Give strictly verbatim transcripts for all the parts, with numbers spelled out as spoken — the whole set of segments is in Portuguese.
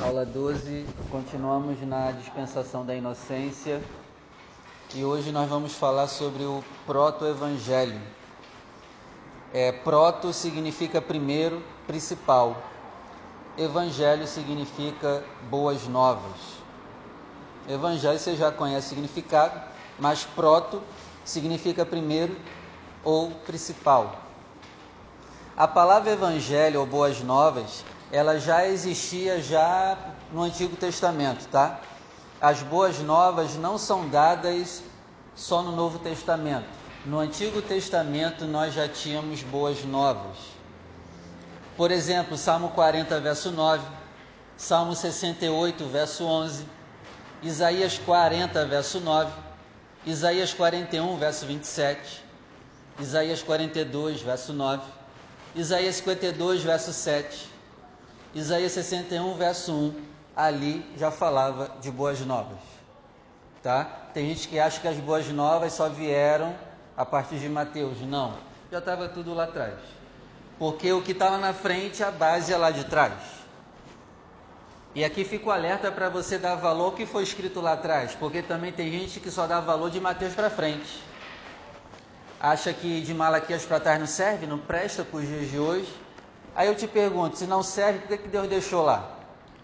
Aula doze, continuamos na dispensação da inocência e hoje nós vamos falar sobre o proto-evangelho. É, proto significa primeiro, principal. Evangelho significa boas novas. Evangelho você já conhece o significado, mas proto significa primeiro ou principal. A palavra evangelho ou boas novas, ela já existia já no Antigo Testamento, tá? As boas novas não são dadas só no Novo Testamento. No Antigo Testamento nós já tínhamos boas novas. Por exemplo, Salmo quarenta, verso nove, Salmo sessenta e oito, verso onze, Isaías quarenta, verso nove, Isaías quarenta e um, verso vinte e sete, Isaías quarenta e dois, verso nove, Isaías cinquenta e dois, verso sete, Isaías sessenta e um, verso um, ali já falava de boas novas, tá? Tem gente que acha que as boas novas só vieram a partir de Mateus. Não, já estava tudo lá atrás. Porque o que está lá na frente, a base é lá de trás. E aqui fica o alerta para você dar valor ao que foi escrito lá atrás, porque também tem gente que só dá valor de Mateus para frente. Acha que de Malaquias para trás não serve, não presta para os dias de hoje. Aí eu te pergunto, se não serve, por que Deus deixou lá?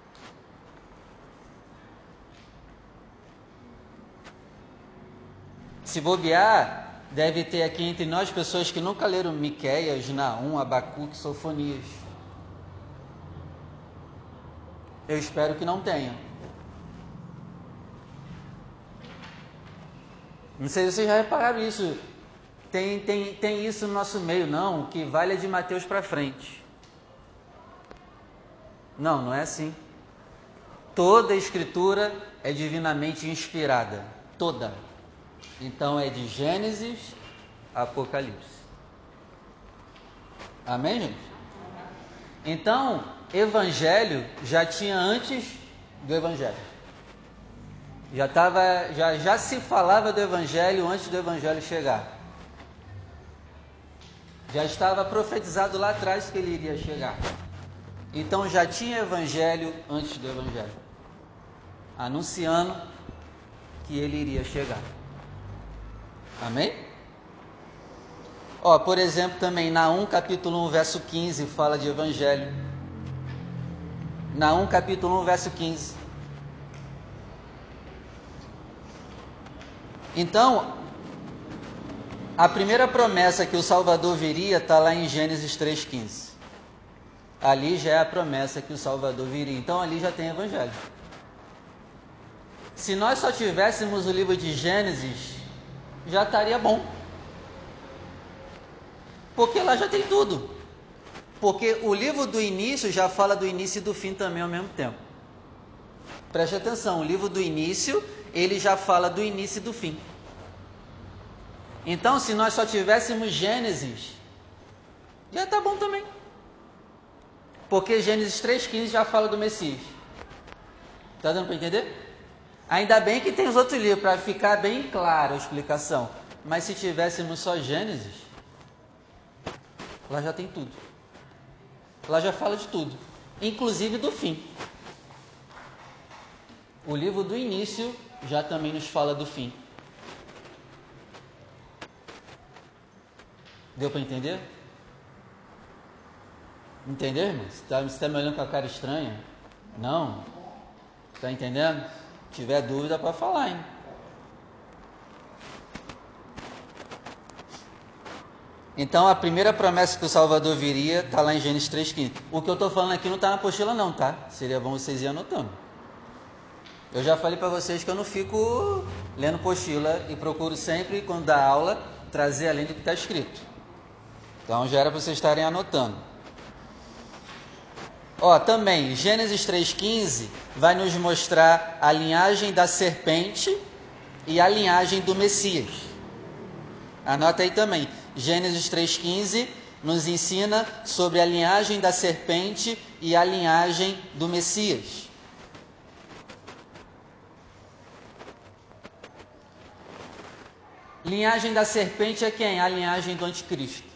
Se bobear, deve ter aqui entre nós pessoas que nunca leram Miqueias, Naum, Abacuque, Sofonias. Eu espero que não tenha. Não sei se vocês já repararam isso. Tem, tem, tem isso no nosso meio, não. O que vale é de Mateus para frente. Não, não é assim. Toda a escritura é divinamente inspirada. Toda. Então é de Gênesis a Apocalipse. Amém, gente? Então, evangelho já tinha antes do evangelho. Já, tava, já, já se falava do evangelho antes do evangelho chegar. Já estava profetizado lá atrás que ele iria chegar. Então já tinha evangelho antes do evangelho, anunciando que ele iria chegar. Amém? Ó, por exemplo, também Naum capítulo um, verso quinze, fala de evangelho. Naum capítulo um, verso quinze. Então, a primeira promessa que o Salvador viria está lá em Gênesis três, quinze. Ali já é a promessa que o Salvador viria. Então ali já tem evangelho. Se nós só tivéssemos o livro de Gênesis, já estaria bom. Porque lá já tem tudo. Porque o livro do início já fala do início e do fim também ao mesmo tempo. Preste atenção, o livro do início, ele já fala do início e do fim. Então, se nós só tivéssemos Gênesis, já está bom também. Porque Gênesis três, quinze já fala do Messias. Está dando para entender? Ainda bem que tem os outros livros, para ficar bem clara a explicação. Mas se tivéssemos só Gênesis, lá já tem tudo. Lá já fala de tudo, inclusive do fim. O livro do início já também nos fala do fim. Deu para entender? Entendeu, irmão? Você está tá me olhando com a cara estranha? Não? Está entendendo? Se tiver dúvida, pode falar, hein? Então, a primeira promessa que o Salvador viria está lá em Gênesis três, quinze. O que eu estou falando aqui não está na apostila não, tá? Seria bom vocês irem anotando. Eu já falei para vocês que eu não fico lendo apostila e procuro sempre, quando dá aula, trazer além do que está escrito. Então, já era para vocês estarem anotando. Ó, também, Gênesis três, quinze vai nos mostrar a linhagem da serpente e a linhagem do Messias. Anota aí também. Gênesis três, quinze nos ensina sobre a linhagem da serpente e a linhagem do Messias. Linhagem da serpente é quem? A linhagem do anticristo.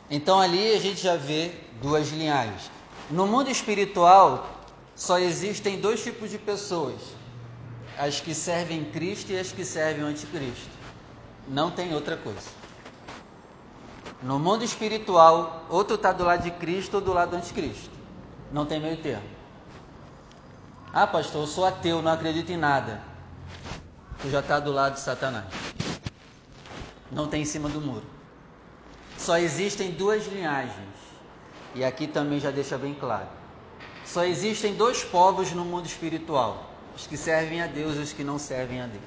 Então ali a gente já vê duas linhagens. No mundo espiritual, só existem dois tipos de pessoas: as que servem Cristo e as que servem o anticristo. Não tem outra coisa. No mundo espiritual, ou tu está do lado de Cristo ou do lado do anticristo. Não tem meio termo. Ah, pastor, eu sou ateu, não acredito em nada. Tu já está do lado de Satanás. Não tem em cima do muro. Só existem duas linhagens. E aqui também já deixa bem claro. Só existem dois povos no mundo espiritual: os que servem a Deus e os que não servem a Deus.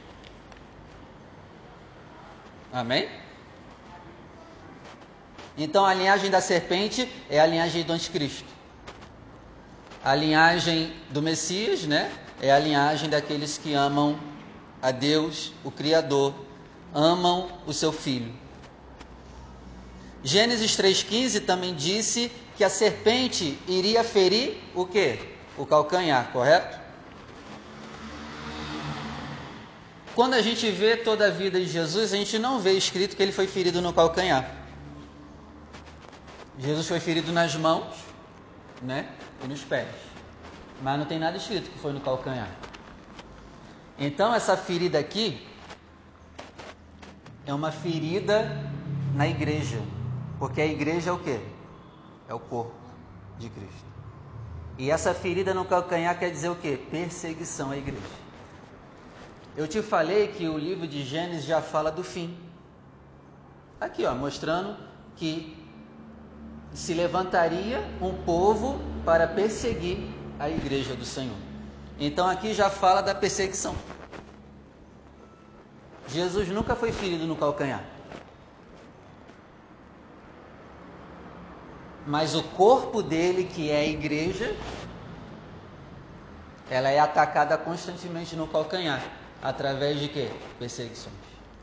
Amém? Então a linhagem da serpente é a linhagem do anticristo. A linhagem do Messias, né, é a linhagem daqueles que amam a Deus, o Criador, amam o seu Filho. Gênesis três quinze também disse que a serpente iria ferir o quê? O calcanhar, correto? Quando a gente vê toda a vida de Jesus, a gente não vê escrito que ele foi ferido no calcanhar. Jesus foi ferido nas mãos, né, e nos pés. Mas não tem nada escrito que foi no calcanhar. Então essa ferida aqui é uma ferida na igreja. Porque a igreja é o quê? É o corpo de Cristo. E essa ferida no calcanhar quer dizer o quê? Perseguição à igreja. Eu te falei que o livro de Gênesis já fala do fim. Aqui, ó, mostrando que se levantaria um povo para perseguir a igreja do Senhor. Então aqui já fala da perseguição. Jesus nunca foi ferido no calcanhar. Mas o corpo dele, que é a igreja, ela é atacada constantemente no calcanhar. Através de quê? Perseguições.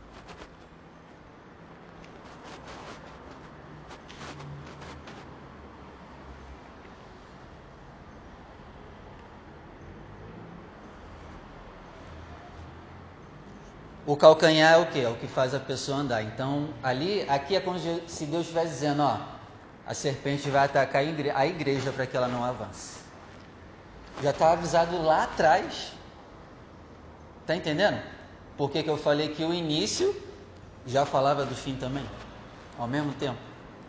O calcanhar é o quê? É o que faz a pessoa andar. Então, ali, aqui é como se Deus estivesse dizendo, ó, a serpente vai atacar a igreja para que ela não avance. Já está avisado lá atrás. Está entendendo? Por que que eu falei que o início já falava do fim também, ao mesmo tempo?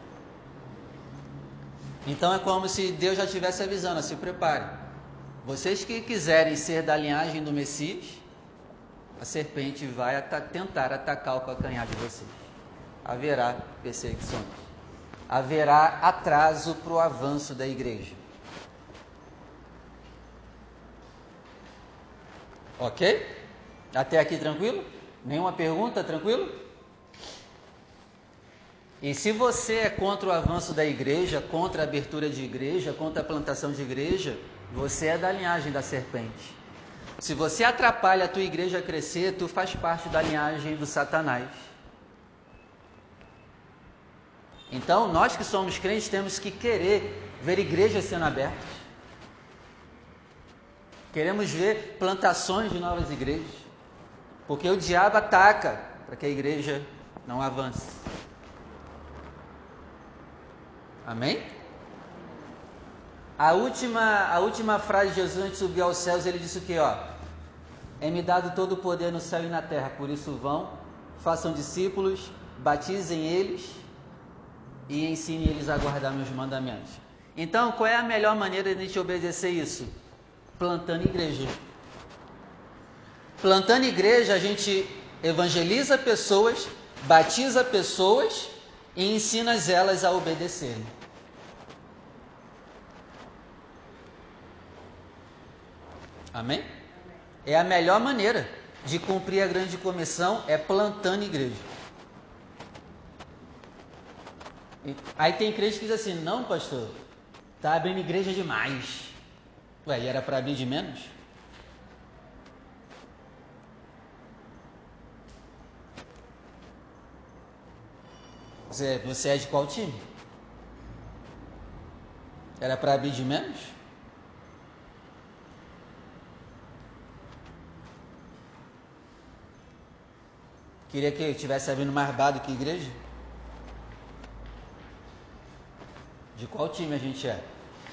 Então é como se Deus já estivesse avisando, se prepare. Vocês que quiserem ser da linhagem do Messias, a serpente vai ata- tentar atacar o calcanhar de vocês. Haverá perseguições. Haverá atraso para o avanço da igreja. Ok? Até aqui tranquilo? Nenhuma pergunta? Tranquilo? E se você é contra o avanço da igreja, contra a abertura de igreja, contra a plantação de igreja, você é da linhagem da serpente. Se você atrapalha a tua igreja a crescer, tu faz parte da linhagem do Satanás. Então, nós que somos crentes temos que querer ver igrejas sendo abertas. Queremos ver plantações de novas igrejas. Porque o diabo ataca para que a igreja não avance. Amém? A última, a última frase de Jesus antes de subir aos céus, ele disse o quê? Ó, é-me dado todo o poder no céu e na terra, por isso vão, façam discípulos, batizem eles e ensinem eles a guardar meus mandamentos. Então, qual é a melhor maneira de a gente obedecer isso? Plantando igreja. Plantando igreja, a gente evangeliza pessoas, batiza pessoas e ensina elas a obedecerem. Amém? É a melhor maneira de cumprir a grande comissão, é plantando igreja. Aí tem crente que diz assim, não pastor, está abrindo igreja demais. Ué, e era para abrir de menos? Você, você é de qual time? Era para abrir de menos? Queria que eu estivesse abrindo mais bar do que igreja? De qual time a gente é?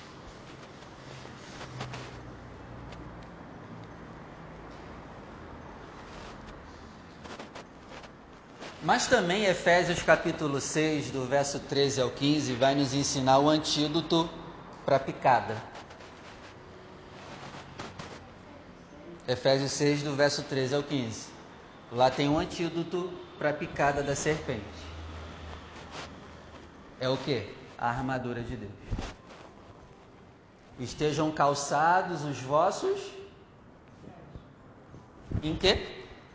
Mas também Efésios capítulo seis, do verso treze ao quinze, vai nos ensinar o antídoto para a picada. Efésios seis, do verso treze ao quinze. Lá tem um antídoto para a picada da serpente. É o quê? A armadura de Deus. Estejam calçados os vossos... Em quê?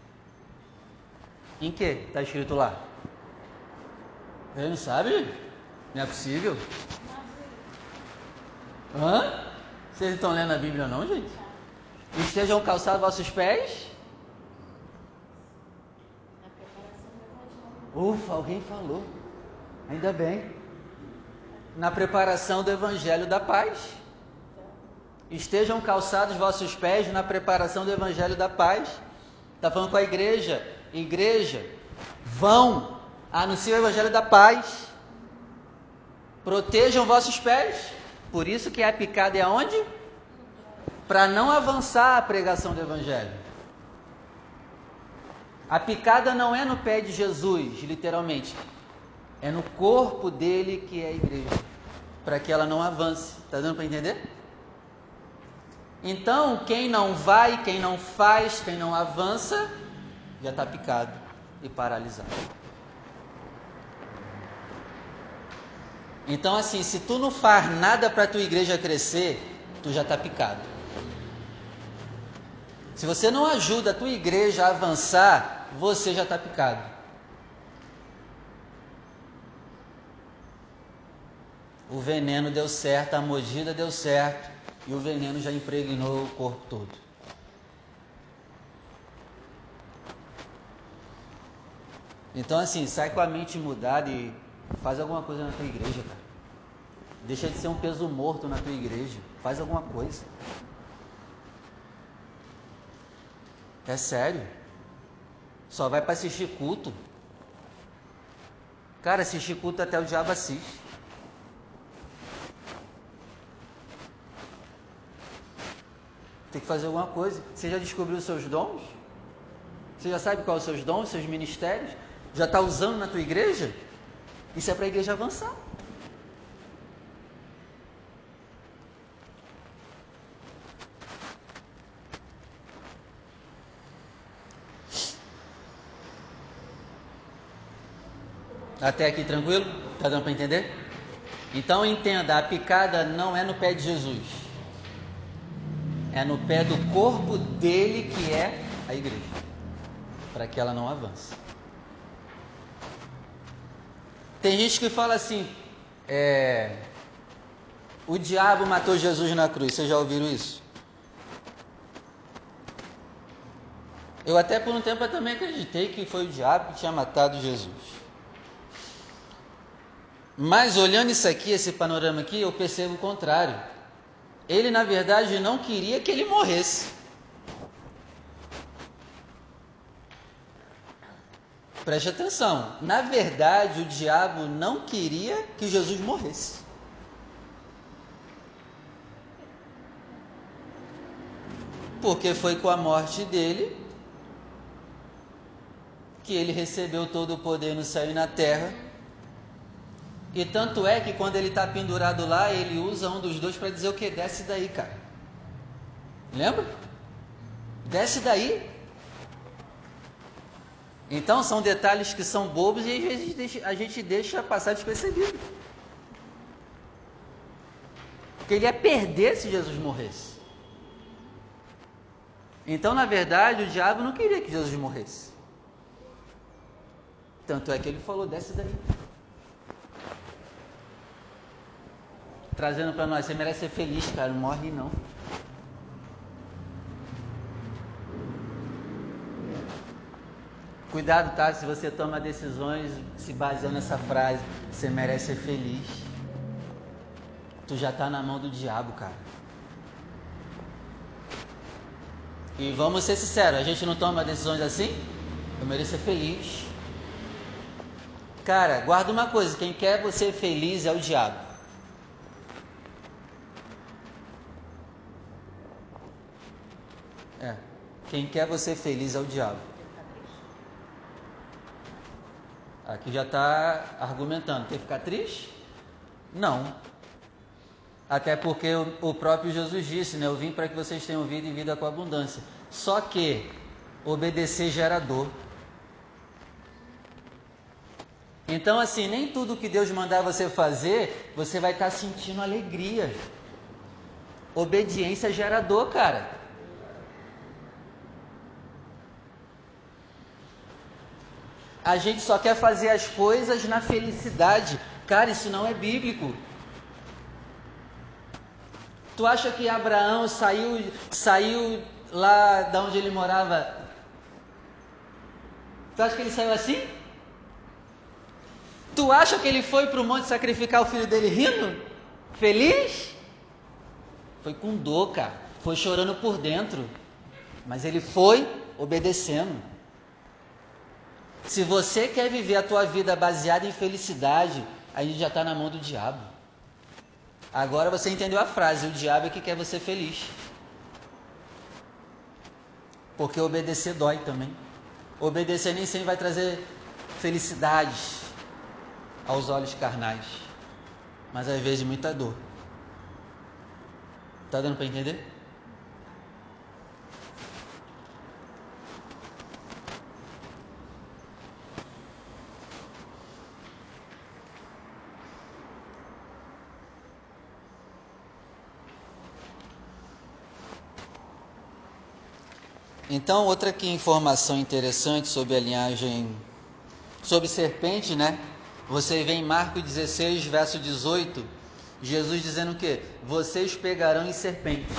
Em quê? Está escrito lá. Você não sabe? Não é possível? Hã? Vocês estão lendo a Bíblia não, gente? Estejam calçados vossos pés. Ufa, alguém falou. Ainda bem. Na preparação do Evangelho da Paz. Estejam calçados vossos pés na preparação do Evangelho da Paz. Está falando com a igreja. Igreja, vão, anunciem o Evangelho da Paz. Protejam vossos pés. Por isso que a picada é aonde? Para não avançar a pregação do Evangelho. A picada não é no pé de Jesus, literalmente. É no corpo dele, que é a igreja. Para que ela não avance. Está dando para entender? Então, quem não vai, quem não faz, quem não avança, já está picado e paralisado. Então, assim, se tu não faz nada para a tua igreja crescer, tu já está picado. Se você não ajuda a tua igreja a avançar, você já está picado. O veneno deu certo, a mordida deu certo, e o veneno já impregnou o corpo todo. Então, assim, sai com a mente mudada e faz alguma coisa na tua igreja, cara. Deixa de ser um peso morto na tua igreja. Faz alguma coisa. É sério. Só vai para assistir culto. Cara, assistir culto até o diabo assiste. Tem que fazer alguma coisa. Você já descobriu os seus dons? Você já sabe quais são os seus dons, seus ministérios? Já está usando na tua igreja? Isso é para a igreja avançar. Até aqui tranquilo? Está dando para entender? Então entenda, a picada não é no pé de Jesus. É no pé do corpo dele, que é a igreja. Para que ela não avance. Tem gente que fala assim, é, o diabo matou Jesus na cruz. Vocês já ouviram isso? Eu até por um tempo eu também acreditei que foi o diabo que tinha matado Jesus. Mas olhando isso aqui, esse panorama aqui, eu percebo o contrário. Ele na verdade não queria que ele morresse. Preste atenção, na verdade o diabo não queria que Jesus morresse. Porque foi com a morte dele que ele recebeu todo o poder no céu e na terra. E tanto é que quando ele está pendurado lá, ele usa um dos dois para dizer o que? Desce daí, cara. Lembra? Desce daí. Então são detalhes que são bobos e às vezes a gente deixa passar despercebido. Porque ele ia perder se Jesus morresse. Então, na verdade, o diabo não queria que Jesus morresse. Tanto é que ele falou, desce daí. Trazendo para nós, você merece ser feliz, cara, não morre não. Cuidado, tá? Se você toma decisões se baseando nessa frase, você merece ser feliz. Tu já tá na mão do diabo, cara. E vamos ser sinceros, a gente não toma decisões assim? Eu mereço ser feliz. Cara, guarda uma coisa, quem quer você feliz é o diabo. Quem quer você feliz é o diabo. Aqui já está argumentando. Quer ficar triste? Não. Até porque o, o próprio Jesus disse, né? Eu vim para que vocês tenham vida e vida com abundância. Só que obedecer gera dor. Então, assim, nem tudo que Deus mandar você fazer, você vai estar sentindo alegria. Obediência gera dor, cara. A gente só quer fazer as coisas na felicidade. Cara, isso não é bíblico. Tu acha que Abraão saiu, saiu lá de onde ele morava? Tu acha que ele saiu assim? Tu acha que ele foi para o monte sacrificar o filho dele rindo? Feliz? Foi com dor, cara. Foi chorando por dentro. Mas ele foi obedecendo. Se você quer viver a tua vida baseada em felicidade, a gente já está na mão do diabo. Agora você entendeu a frase, o diabo é que quer você feliz. Porque obedecer dói também. Obedecer nem sempre vai trazer felicidade aos olhos carnais, mas às vezes muita dor. Tá dando para entender? Então, outra aqui informação interessante sobre a linhagem, sobre serpente, né? Você vê em Marcos dezesseis, verso dezoito, Jesus dizendo o quê? Vocês pegarão em serpentes.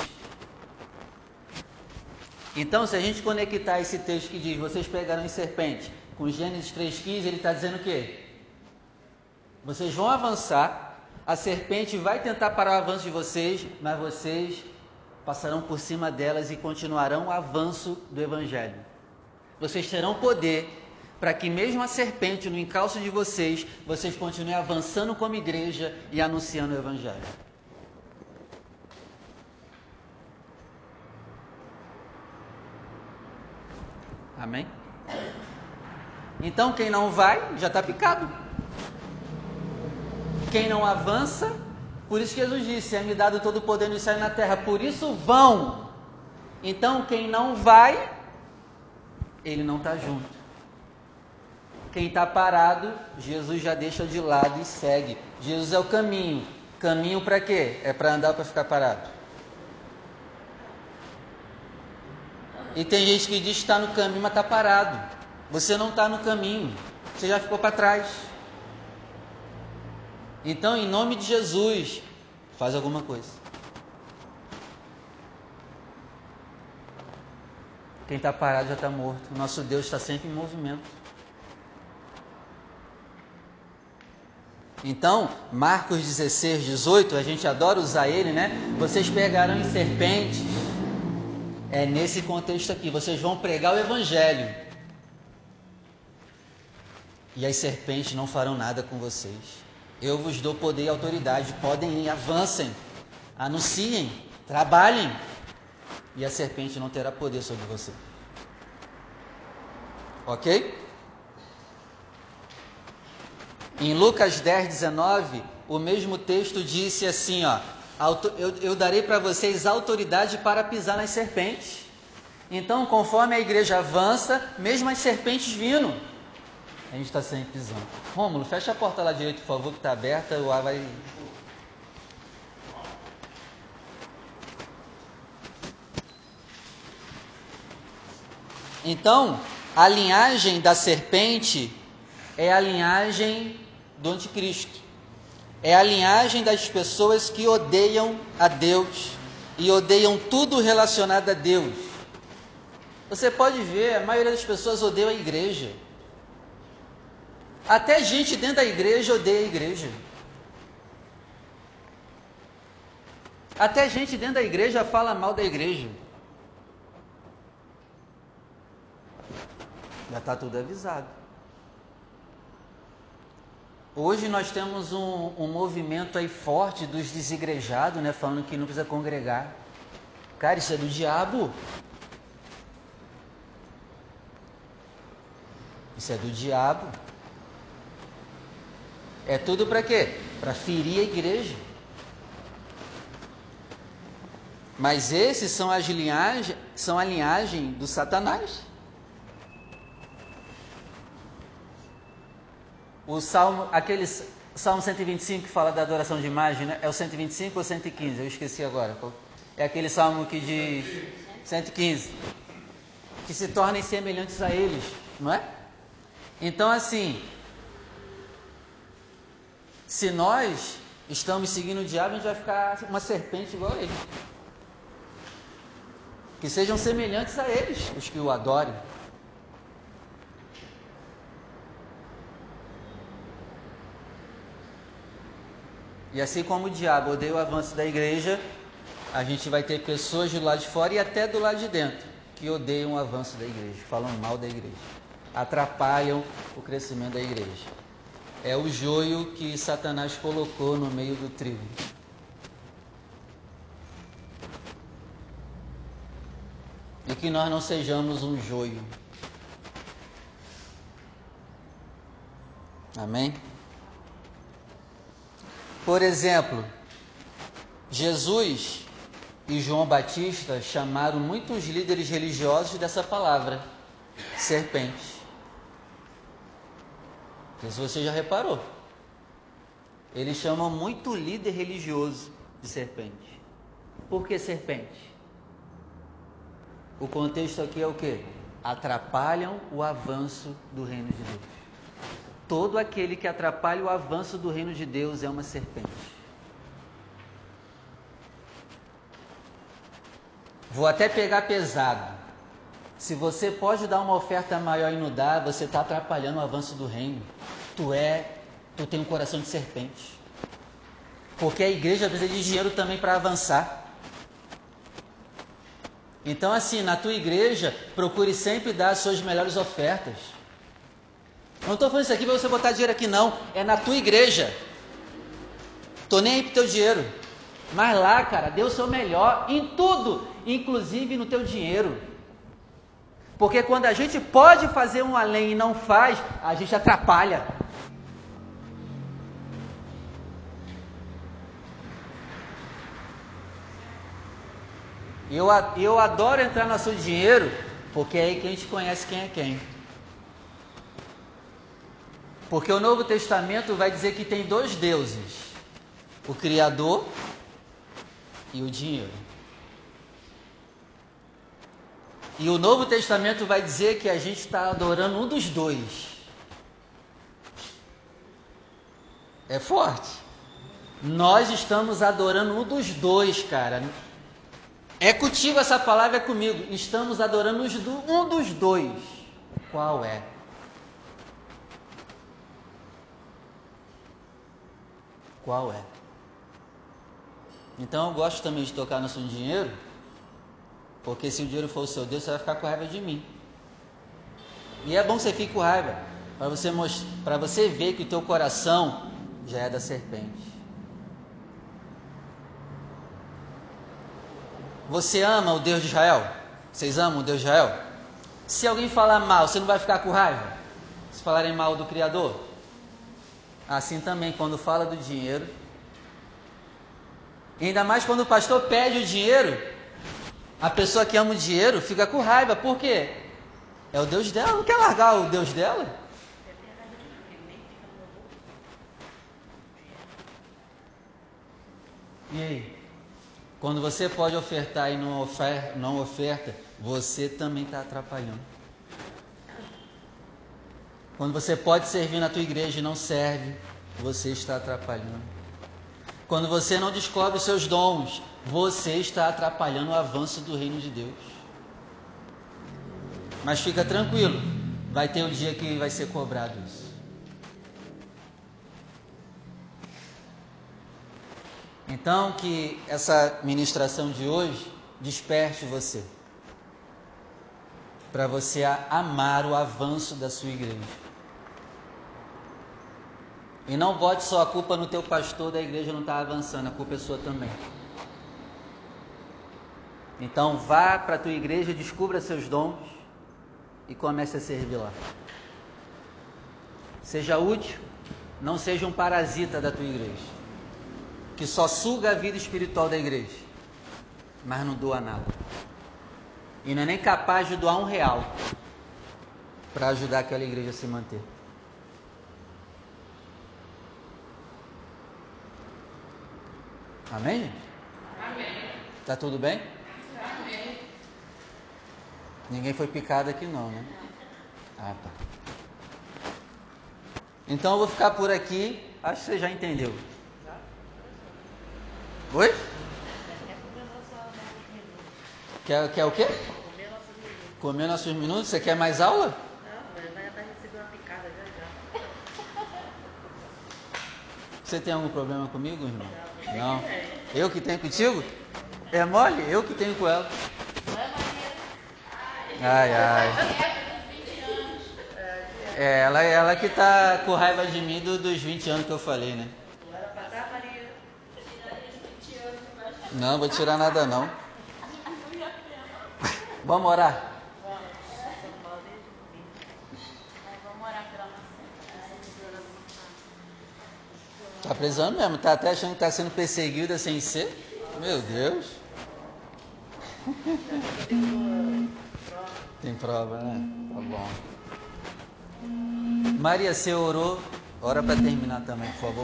Então, se a gente conectar esse texto que diz, vocês pegarão em serpente, com Gênesis três quinze, ele está dizendo o quê? Vocês vão avançar, a serpente vai tentar parar o avanço de vocês, mas vocês passarão por cima delas e continuarão o avanço do Evangelho. Vocês terão poder para que mesmo a serpente no encalço de vocês, vocês continuem avançando como igreja e anunciando o Evangelho. Amém? Então quem não vai, já está picado. Quem não avança, por isso que Jesus disse, é-me dado todo o poder no céu e na terra, por isso vão. Então quem não vai, ele não está junto. Quem está parado, Jesus já deixa de lado e segue. Jesus é o caminho. Caminho para quê? É para andar ou para ficar parado? E tem gente que diz que está no caminho, mas está parado. Você não está no caminho. Você já ficou para trás. Então, em nome de Jesus, faz alguma coisa. Quem está parado já está morto. O nosso Deus está sempre em movimento. Então, Marcos dezesseis, dezoito, a gente adora usar ele, né? Vocês pegarão em serpentes. É nesse contexto aqui. Vocês vão pregar o Evangelho. E as serpentes não farão nada com vocês. Eu vos dou poder e autoridade. Podem ir, avancem, anunciem, trabalhem. E a serpente não terá poder sobre você. Ok? Em Lucas dez, dezenove, o mesmo texto disse assim, ó, eu, eu darei para vocês autoridade para pisar nas serpentes. Então, conforme a igreja avança, mesmo as serpentes vindo, a gente está sempre pisando. Rômulo, fecha a porta lá direito, por favor, que está aberta, o ar vai... Então, a linhagem da serpente é a linhagem do anticristo. É a linhagem das pessoas que odeiam a Deus e odeiam tudo relacionado a Deus. Você pode ver, a maioria das pessoas odeia a igreja. Até gente dentro da igreja odeia a igreja. Até gente dentro da igreja fala mal da igreja. Já está tudo avisado. Hoje nós temos um, um movimento aí forte dos desigrejados, né, falando que não precisa congregar. Cara, isso é do diabo. Isso é do diabo. É tudo para quê? Para ferir a igreja. Mas esses são as linhagens, são a linhagem do Satanás. O salmo, aquele salmo cento e vinte e cinco que fala da adoração de imagem, né? É o cento e vinte e cinco ou cento e quinze? Eu esqueci agora. É aquele salmo que diz cento e quinze, que se tornem semelhantes a eles, não é? Então, assim, se nós estamos seguindo o diabo, a gente vai ficar uma serpente igual a ele. Que sejam semelhantes a eles, os que o adorem. E assim como o diabo odeia o avanço da igreja, a gente vai ter pessoas do lado de fora e até do lado de dentro que odeiam o avanço da igreja, falam mal da igreja, atrapalham o crescimento da igreja. É o joio que Satanás colocou no meio do trigo. E que nós não sejamos um joio. Amém? Por exemplo, Jesus e João Batista chamaram muitos líderes religiosos dessa palavra, serpente. Se você já reparou, eles chamam muito líder religioso de serpente. Por que serpente? O contexto aqui é o quê? Atrapalham o avanço do reino de Deus. Todo aquele que atrapalha o avanço do reino de Deus é uma serpente. Vou até pegar pesado. Se você pode dar uma oferta maior e não dá, você está atrapalhando o avanço do reino. Tu é, tu tem um coração de serpente. Porque a igreja precisa de dinheiro também para avançar. Então, assim, na tua igreja, procure sempre dar as suas melhores ofertas. Não estou falando isso aqui para você botar dinheiro aqui, não. É na tua igreja. Estou nem aí pro teu dinheiro. Mas lá, cara, dê o seu melhor em tudo, inclusive no teu dinheiro. Porque quando a gente pode fazer um além e não faz, a gente atrapalha. Eu, eu adoro entrar no assunto de dinheiro, porque é aí que a gente conhece quem é quem. Porque o Novo Testamento vai dizer que tem dois deuses: o Criador e o dinheiro. E o Novo Testamento vai dizer que a gente está adorando um dos dois. É forte. Nós estamos adorando um dos dois, cara. É contigo essa palavra, é comigo. Estamos adorando um dos dois. Qual é? Qual é? Então eu gosto também de tocar no assunto de dinheiro, porque se o dinheiro for o seu Deus, você vai ficar com raiva de mim. E é bom que você fique com raiva, para você, para você ver que o teu coração já é da serpente. Você ama o Deus de Israel? Vocês amam o Deus de Israel? Se alguém falar mal, você não vai ficar com raiva? Se falarem mal do Criador? Assim também, quando fala do dinheiro, ainda mais quando o pastor pede o dinheiro, a pessoa que ama o dinheiro fica com raiva. Por quê? É o Deus dela, não quer largar o Deus dela? E aí? Quando você pode ofertar e não, ofer- não oferta, você também está atrapalhando. Quando você pode servir na tua igreja e não serve, você está atrapalhando. Quando você não descobre os seus dons, você está atrapalhando o avanço do reino de Deus. Mas fica tranquilo, vai ter um dia que vai ser cobrado isso. Então, que essa ministração de hoje desperte você, para você amar o avanço da sua igreja. E não bote só a culpa no teu pastor da igreja não estar avançando, a culpa é sua também. Então vá para a tua igreja, descubra seus dons e comece a servir lá. Seja útil, não seja um parasita da tua igreja, que só suga a vida espiritual da igreja, mas não doa nada. E não é nem capaz de doar um real para ajudar aquela igreja a se manter. Amém, gente? Amém. Tá tudo bem? Amém. Ninguém foi picado aqui não, né? Ah, tá. Então eu vou ficar por aqui. Acho que você já entendeu. Oi? Quer, quer o quê? Comer nossos minutos. Comer nossos minutos? Você quer mais aula? Não, ele vai até receber uma picada já já. Você tem algum problema comigo, irmão? Não. Não. Eu que tenho contigo? É mole? Eu que tenho com ela. Ai, ai. É, ela, ela que tá com raiva de mim do, dos vinte anos que eu falei, né? Bora pra cá, Maria. Não, vou tirar nada não. Vamos orar? Vamos orar pela nossa. Tá precisando mesmo? Tá até achando que tá sendo perseguida sem ser? Meu Deus. Tem prova, né? Tá bom. Maria, você orou? Ora para terminar também, por favor.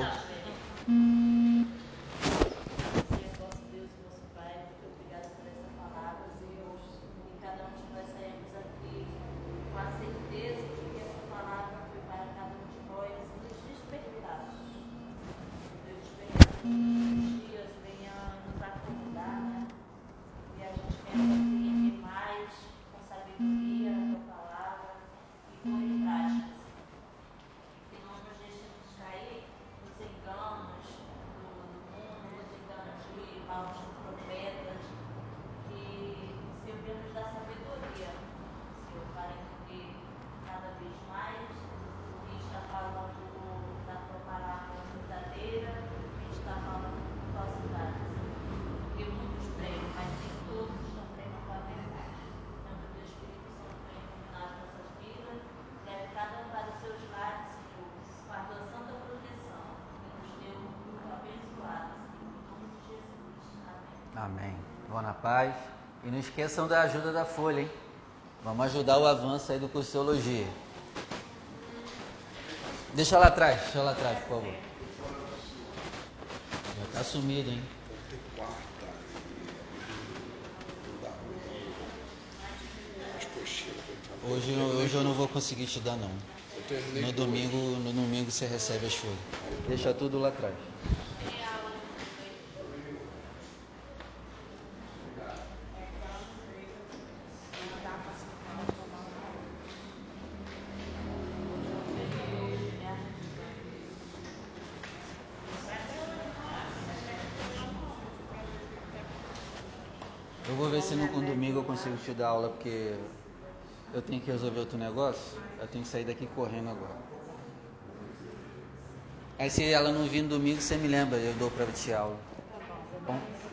Senhor, nosso Deus e nosso Pai, muito obrigada por essa palavra, Senhor. E cada um de nós saímos aqui com a certeza de que essa palavra foi para cada um de nós nos despertar. Deus, venha todos os dias, venha nos acordar, né? E a gente venha compreender mais com sabedoria a tua palavra e pôr em prática, Senhor. Que não nos deixemos cair nos enganos do, do mundo, nos enganos de falsos profetas, que o Senhor venha nos dar sabedoria, Senhor, para entender cada vez mais o que está falando na tua palavra verdadeira e o que está falando com falsidade, Senhor. Porque muitos pregam, mas nem todos estão pregando a verdade. Então, que o teu Espírito Santo venha iluminar as nossas vidas, leve cada um para os seus lares, Senhor, com a tua santa proteção e nos deu abençoado, Senhor, em nome de Jesus. Amém. Amém. Vão na paz. E não esqueçam da ajuda da Folha, hein? Vamos ajudar o avanço aí do curso de Teologia. Deixa lá atrás, deixa lá atrás, por favor. Já tá sumido, hein? Hoje, hoje eu não vou conseguir te dar, não. No domingo, no domingo você recebe as folhas. Deixa tudo lá atrás. Eu vou ver se no domingo eu consigo te dar aula, porque eu tenho que resolver outro negócio. Eu tenho que sair daqui correndo agora. Aí se ela não vir no domingo, você me lembra, eu dou pra te aula. Tá bom?